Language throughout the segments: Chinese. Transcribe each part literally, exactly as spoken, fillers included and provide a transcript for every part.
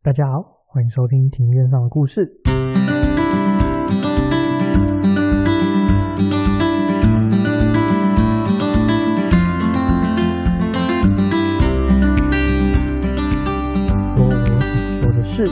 大家好，欢迎收听庭院上的故事。说我想说的事。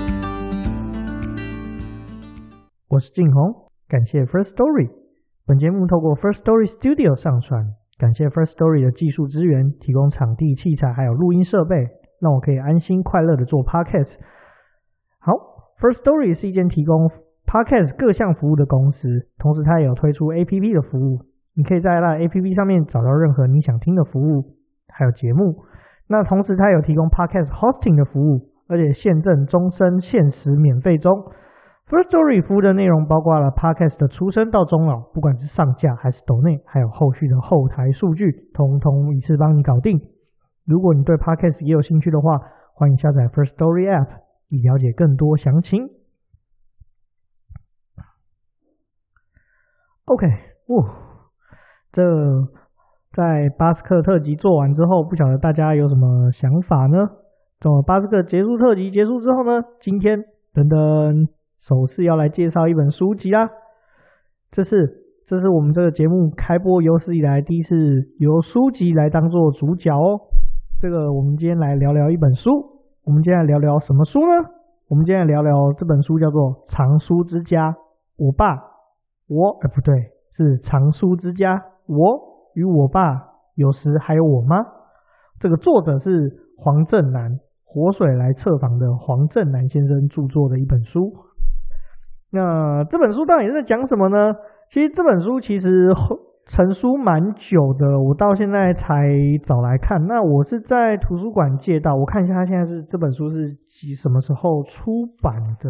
我是静宏，感谢 First Story。本节目透过 First Story Studio 上传，感谢 First Story 的技术支援，提供场地、器材还有录音设备，让我可以安心快乐的做 Podcast。好 ，First Story 是一间提供 Podcast 各项服务的公司，同时它也有推出 A P P 的服务。你可以在它的 A P P 上面找到任何你想听的服务，还有节目。那同时它有提供 Podcast Hosting 的服务，而且现正终身限时免费中。First Story 服务的内容包括了 Podcast 的出生到终老，不管是上架还是抖内，还有后续的后台数据，通通一次帮你搞定。如果你对 Podcast 也有兴趣的话，欢迎下载 First Story App。以了解更多详情。OK， 哦，这在巴斯克特辑做完之后，不晓得大家有什么想法呢？这巴斯克结束特辑结束之后呢，今天等等首次要来介绍一本书籍啦。这是这是我们这个节目开播有史以来第一次由书籍来当做主角哦。这个我们今天来聊聊一本书。我们今天来聊聊什么书呢？我们今天来聊聊这本书叫做《藏书之家》。我爸，我，哎不对，是《藏书之家》。我与我爸，有时还有我妈。这个作者是黄正南，活水来测访的黄正南先生著作的一本书。那这本书到底是在讲什么呢？其实这本书其实成书蛮久的，我到现在才找来看。那我是在图书馆借到，我看一下它现在是这本书是什么时候出版的。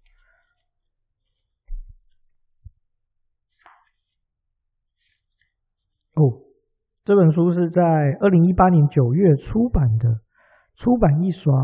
哦，这本书是在二零一八年九月出版的，出版一刷。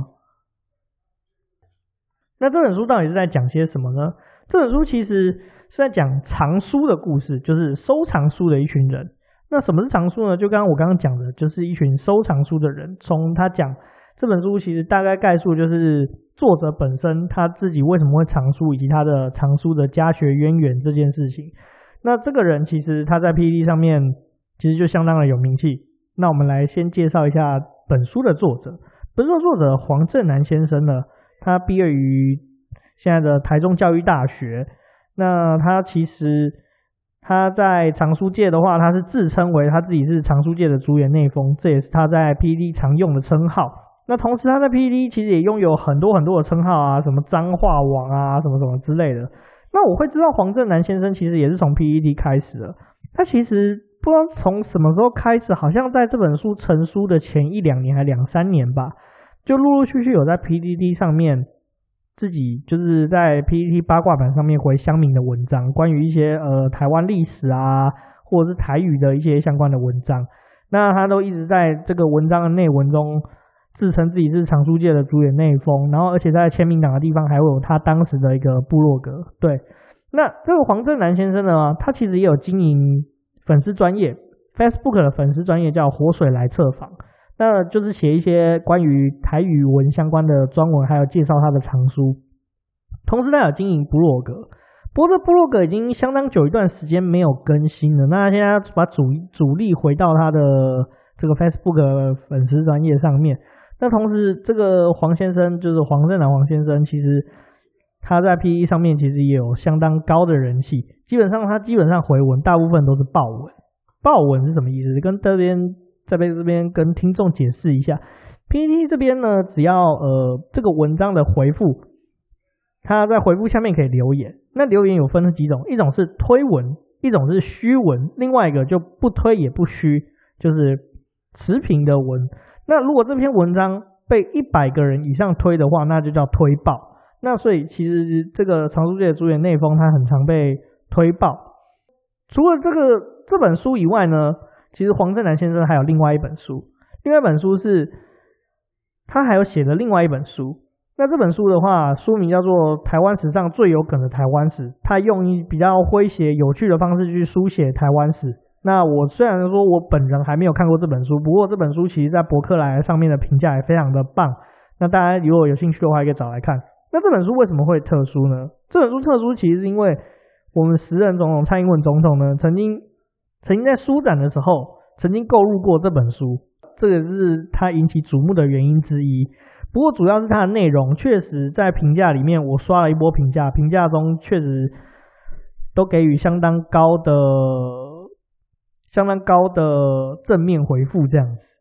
那这本书到底是在讲些什么呢？这本书其实是在讲藏书的故事，就是收藏书的一群人。那什么是藏书呢？就刚刚我刚刚讲的，就是一群收藏书的人。从他讲这本书，其实大概概述就是作者本身他自己为什么会藏书，以及他的藏书的家学渊源这件事情。那这个人其实他在 P T T 上面其实就相当的有名气。那我们来先介绍一下本书的作者。本书的作者黄正南先生呢，他毕业于现在的台中教育大学。那他其实他在藏书界的话，他是自称为他自己是藏书界的竹野内丰，这也是他在 P T T 常用的称号。那同时他在 P T T 其实也拥有很多很多的称号啊，什么脏话王啊，什么什么之类的。那我会知道黄正南先生其实也是从 P T T 开始的。他其实不知道从什么时候开始，好像在这本书成书的前一两年还两三年吧，就陆陆续续有在 P T T 上面自己就是在 P T T 八卦版上面回乡民的文章，关于一些呃台湾历史啊，或者是台语的一些相关的文章。那他都一直在这个文章的内文中自称自己是藏书界的竹野内丰，然后而且在签名档的地方还会有他当时的一个部落格。对，那这个黄正南先生呢，他其实也有经营粉丝专页 Facebook 的粉丝专页叫活水来测访。那就是写一些关于台语文相关的专文，还有介绍他的藏书。同时他有经营部落格，不过这部落格已经相当久一段时间没有更新了。那他现在把主主力回到他的这个 Facebook 粉丝专页上面。那同时这个黄先生，就是黄正南黄先生，其实他在 P T T 上面其实也有相当高的人气。基本上他基本上回文大部分都是爆文。爆文是什么意思？跟这边在这边跟听众解释一下 ，P T T 这边呢，只要呃这个文章的回复，他在回复下面可以留言。那留言有分成几种，一种是推文，一种是虚文，另外一个就不推也不虚，就是持平的文。那如果这篇文章被一百个人以上推的话，那就叫推爆。那所以其实这个藏书界的竹野内丰，他很常被推爆。除了这个这本书以外呢，其实黄正南先生还有另外一本书，另外一本书是他还有写的另外一本书。那这本书的话，书名叫做《台湾史上最有梗的台湾史》，他用一比较诙谐有趣的方式去书写台湾史。那我虽然说我本人还没有看过这本书，不过这本书其实在博客来上面的评价也非常的棒。那大家如果有兴趣的话，可以找来看。 那这本书为什么会特殊呢？这本书特殊其实是因为我们时任总统蔡英文总统呢，曾经曾经在书展的时候曾经购入过这本书，这个是他引起瞩目的原因之一。不过主要是它的内容，确实在评价里面，我刷了一波评价，评价中确实都给予相当高的、相当高的正面回复，这样子。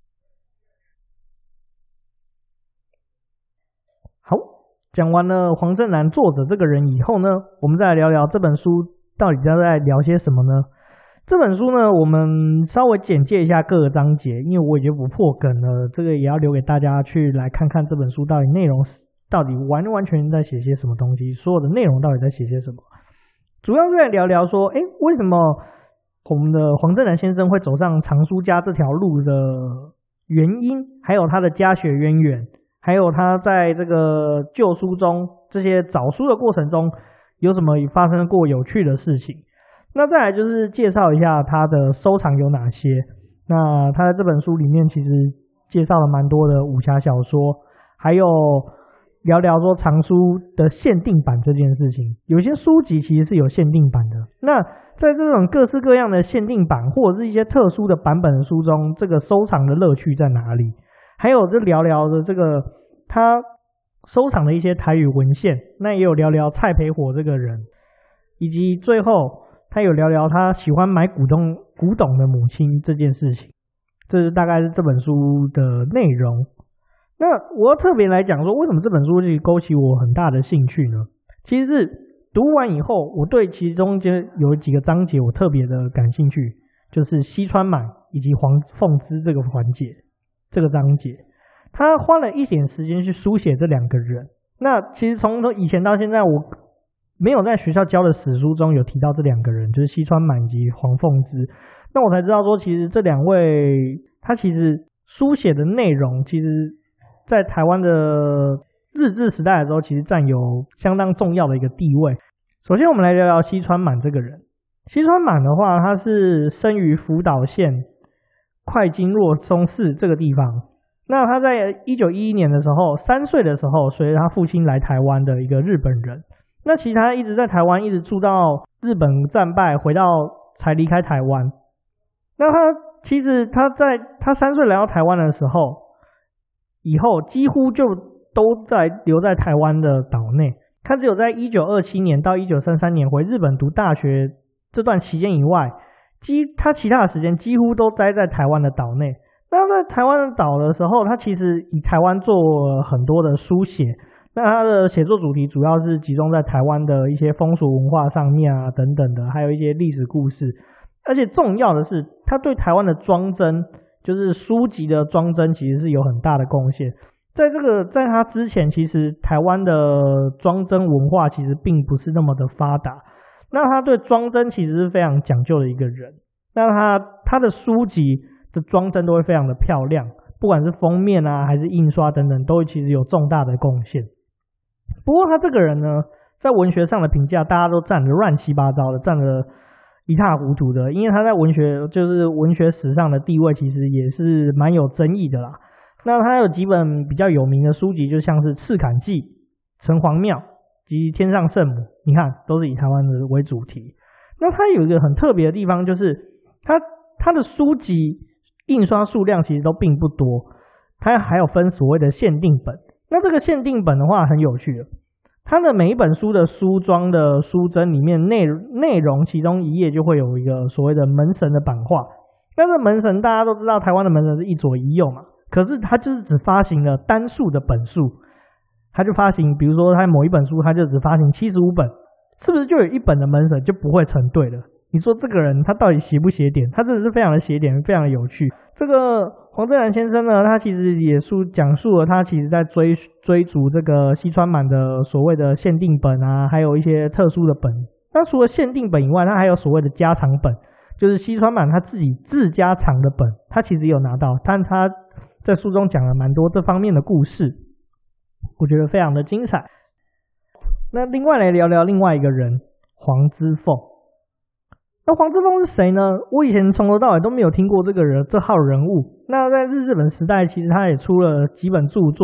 好，讲完了黄正南作者这个人以后呢，我们再来聊聊这本书到底在聊些什么呢？这本书呢，我们稍微简介一下各个章节，因为我已经不破梗了，这个也要留给大家去来看看这本书到底内容到底完完全全在写些什么东西，所有的内容到底在写些什么。主要是来聊聊说，诶，为什么我们的黄正南先生会走上藏书家这条路的原因，还有他的家学渊源，还有他在这个旧书中这些找书的过程中有什么发生过有趣的事情。那再来就是介绍一下他的收藏有哪些。那他在这本书里面其实介绍了蛮多的武侠小说，还有聊聊说藏书的限定版这件事情。有些书籍其实是有限定版的，那在这种各式各样的限定版或者是一些特殊的版本的书中，这个收藏的乐趣在哪里？还有就聊聊的这个他收藏的一些台语文献，那也有聊聊蔡培火这个人，以及最后他有聊聊他喜欢买古董古董的母亲这件事情。这是大概是这本书的内容。那我要特别来讲说，为什么这本书就勾起我很大的兴趣呢？其实是读完以后，我对其中间有几个章节我特别的感兴趣，就是西川满以及黄凤姿这个环节，这个章节，他花了一点时间去书写这两个人。那其实从以前到现在，我没有在学校教的史书中有提到这两个人，就是西川满以及黄凤姿。那我才知道说，其实这两位他其实书写的内容，其实在台湾的日治时代的时候，其实占有相当重要的一个地位。首先我们来聊聊西川满这个人。西川满的话，他是生于福岛县会津若松市这个地方。那他在一九一一年的时候，三岁的时候，随着他父亲来台湾的一个日本人。那其实他一直在台湾，一直住到日本战败，回到才离开台湾。那他其实他在他三岁来到台湾的时候，以后几乎就都在留在台湾的岛内。他只有在一九二七年到一九三三年回日本读大学这段期间以外，基他其他的时间几乎都待在台湾的岛内。那在台湾的岛的时候，他其实以台湾做了很多的书写。那他的写作主题主要是集中在台湾的一些风俗文化上面啊，等等的，还有一些历史故事。而且重要的是，他对台湾的装帧，就是书籍的装帧，其实是有很大的贡献。在这个在他之前，其实台湾的装帧文化其实并不是那么的发达。那他对装帧其实是非常讲究的一个人。那他他的书籍的装帧都会非常的漂亮，不管是封面啊，还是印刷等等，都其实有重大的贡献。不过他这个人呢，在文学上的评价，大家都占得乱七八糟的，占得一塌糊涂的，因为他在文学就是文学史上的地位其实也是蛮有争议的啦。那他有几本比较有名的书籍，就像是《赤坎记》、《城隍庙》及《天上圣母》，你看都是以台湾的为主题。那他有一个很特别的地方，就是他他的书籍印刷数量其实都并不多，他还有分所谓的限定本。那这个限定本的话很有趣的，它的每一本书的书装的书针里面内内容，其中一页就会有一个所谓的门神的版画。那这门神大家都知道，台湾的门神是一左一右嘛，可是它就是只发行了单数的本数，它就发行，比如说它某一本书，它就只发行七十五本，是不是就有一本的门神就不会成对了？你说这个人他到底写不写点？他真的是非常的写点，非常的有趣。这个黄正南先生呢，他其实也述讲述了他其实在追追逐这个西川满的所谓的限定本啊，还有一些特殊的本。那除了限定本以外，他还有所谓的家藏本，就是西川满他自己自家藏的本，他其实有拿到，但他在书中讲了蛮多这方面的故事，我觉得非常的精彩。那另外来聊聊另外一个人，黄之凤。那黄之凤是谁呢？我以前从头到尾都没有听过这个人这号人物。那在日治本时代，其实他也出了几本著作，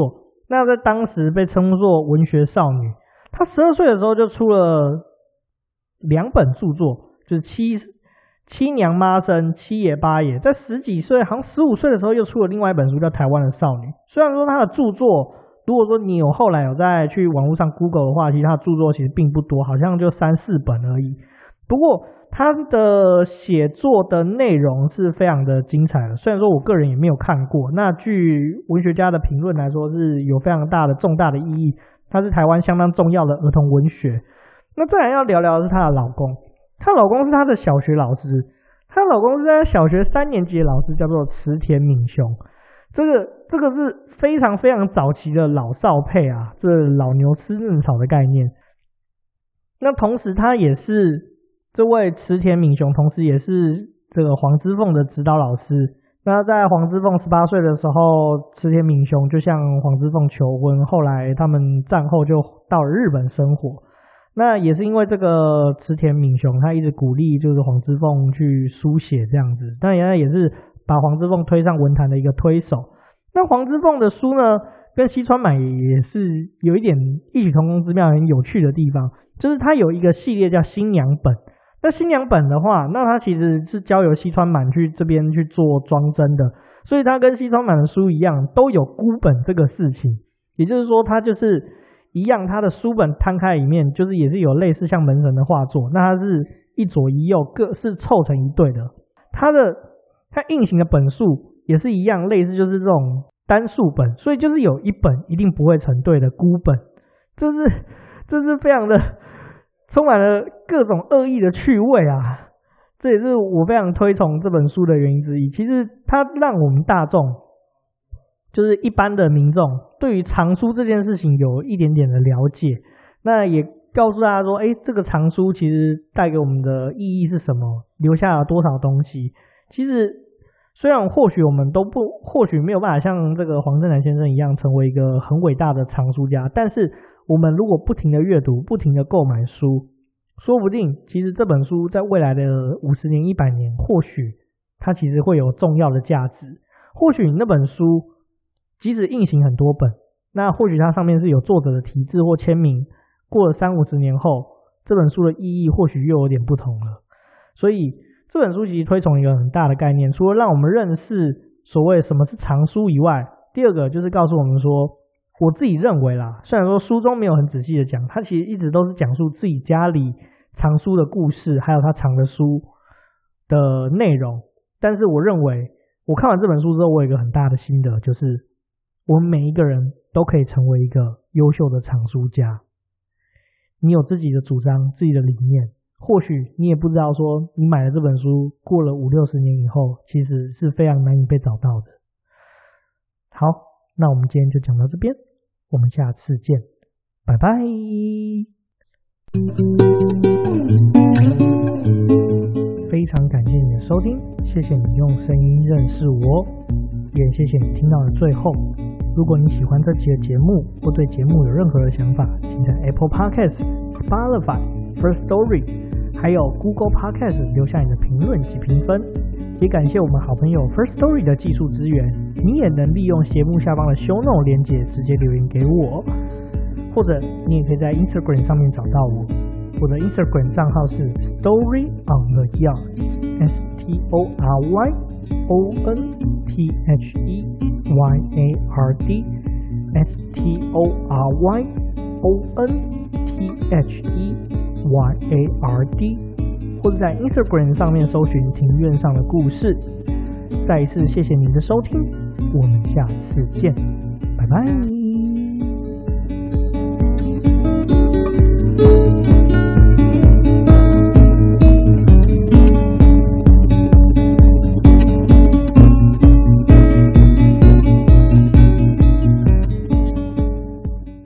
那在当时被称作文学少女。她十二岁的时候就出了两本著作，就是七七娘妈生、七爷八爷。在十几岁，好像十五岁的时候又出了另外一本书叫《台湾的少女》。虽然说她的著作，如果说你有后来有再去网络上 Google 的话，其实她的著作其实并不多，好像就三四本而已。不过他的写作的内容是非常的精彩的，虽然说我个人也没有看过，那据文学家的评论来说是有非常大的重大的意义，它是台湾相当重要的儿童文学。那再来要聊聊的是她的老公，她老公是她的小学老师，她老公是在小学三年级的老师，叫做池田敏雄。这个这个是非常非常早期的老少配啊，这老牛吃嫩草的概念。那同时他也是这位池田敏雄，同时也是这个黄之凤的指导老师。那在黄之凤十八岁的时候，池田敏雄就向黄之凤求婚，后来他们战后就到了日本生活。那也是因为这个池田敏雄，他一直鼓励就是黄之凤去书写这样子，但也也是把黄之凤推上文坛的一个推手。那黄之凤的书呢，跟西川满也是有一点异曲同工之妙，很有趣的地方，就是他有一个系列叫新娘本。那新娘本的话，那他其实是交由西川满去这边去做装帧的，所以他跟西川满的书一样，都有孤本这个事情。也就是说，他就是一样，他的书本摊开里面，就是也是有类似像门神的画作，那它是一左一右各是凑成一对的。他的他印行的本数也是一样，类似就是这种单数本，所以就是有一本一定不会成对的孤本，这是这是非常的充满了各种恶意的趣味啊！这也是我非常推崇这本书的原因之一。其实它让我们大众，就是一般的民众，对于藏书这件事情有一点点的了解。那也告诉大家说，哎，这个藏书其实带给我们的意义是什么，留下了多少东西。其实虽然或许我们都不，或许没有办法像这个黄正南先生一样成为一个很伟大的藏书家，但是我们如果不停的阅读，不停的购买书，说不定其实这本书在未来的五十年、一百年，或许它其实会有重要的价值。或许你那本书即使印行很多本，那或许它上面是有作者的题字或签名，过了三五十年后，这本书的意义或许又有点不同了。所以这本书其实推崇一个很大的概念，除了让我们认识所谓什么是藏书以外，第二个就是告诉我们说，我自己认为啦，虽然说书中没有很仔细的讲，他其实一直都是讲述自己家里藏书的故事，还有他藏的书的内容，但是我认为我看完这本书之后，我有一个很大的心得，就是我们每一个人都可以成为一个优秀的藏书家。你有自己的主张，自己的理念，或许你也不知道说你买了这本书过了五六十年以后，其实是非常难以被找到的。好，那我们今天就讲到这边，我们下次见，拜拜。非常感谢你的收听，谢谢你用声音认识我，也谢谢你听到了最后。如果你喜欢这期的节目，或对节目有任何的想法，请在 Apple Podcast、Spotify、First Story 还有 Google Podcast 留下你的评论及评分。也感谢我们好朋友 First Story 的技术支援，你也能利用节目下方的 Show Note 连结直接留言给我，或者你也可以在 Instagram 上面找到我。我的 Instagram 账号是 Story on the Yard S T O R Y O N T H E Y A R D S T O R Y O N T H E Y A R D， 或者在 Instagram 上面搜寻庭院上的故事。再一次谢谢您的收听，我们下次见，拜拜。